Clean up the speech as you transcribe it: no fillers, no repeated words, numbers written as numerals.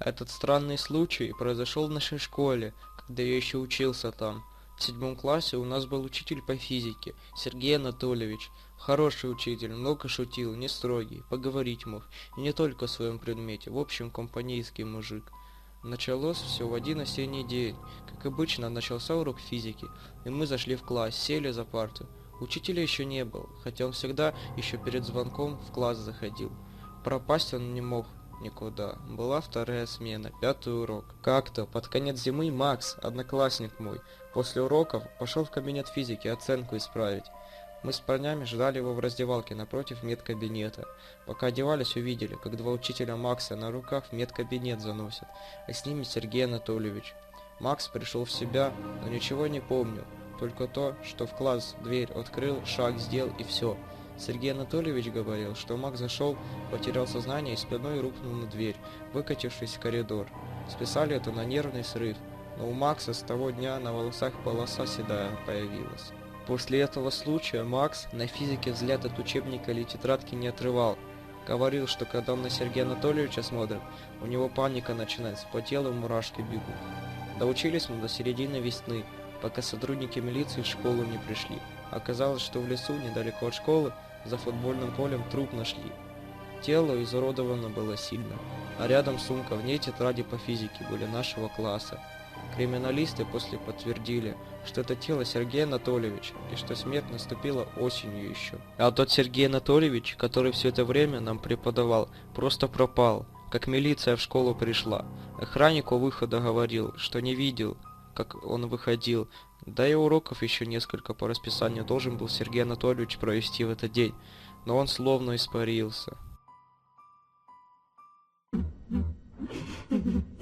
Этот странный случай произошел в нашей школе, когда я еще учился там. В 7 классе у нас был учитель по физике, Сергей Анатольевич. Хороший учитель, много шутил, не строгий, поговорить мог. И не только о своем предмете, в общем, компанейский мужик. Началось все в один осенний день. Как обычно, начался урок физики, и мы зашли в класс, сели за парту. Учителя еще не было, хотя он всегда еще перед звонком в класс заходил. Пропасть он не мог никуда. Была вторая смена, 5-й урок. Как-то под конец зимы Макс, одноклассник мой, после уроков пошел в кабинет физики оценку исправить. Мы с парнями ждали его в раздевалке напротив медкабинета. Пока одевались, увидели, как два учителя Макса на руках в медкабинет заносят, а с ними Сергей Анатольевич. Макс пришел в себя, но ничего не помнил, только то, что в класс дверь открыл, шаг сделал и все. Сергей Анатольевич говорил, что Макс зашел, потерял сознание и спиной рухнул на дверь, выкатившись в коридор. Списали это на нервный срыв, но у Макса с того дня на волосах полоса седая появилась. После этого случая Макс на физике взгляд от учебника или тетрадки не отрывал. Говорил, что когда он на Сергея Анатольевича смотрит, у него паника начинается, по телу мурашки бегут. Доучились мы до середины весны, пока сотрудники милиции в школу не пришли. Оказалось, что в лесу, недалеко от школы, за футбольным полем труп нашли. Тело изуродовано было сильно, а рядом сумка, в ней тетради по физике были нашего класса. Криминалисты после подтвердили, что это тело Сергея Анатольевича, и что смерть наступила осенью еще. А тот Сергей Анатольевич, который все это время нам преподавал, просто пропал, как милиция в школу пришла. Охранник у выхода говорил, что не видел, как он выходил. Да и уроков еще несколько по расписанию должен был Сергей Анатольевич провести в этот день, но он словно испарился.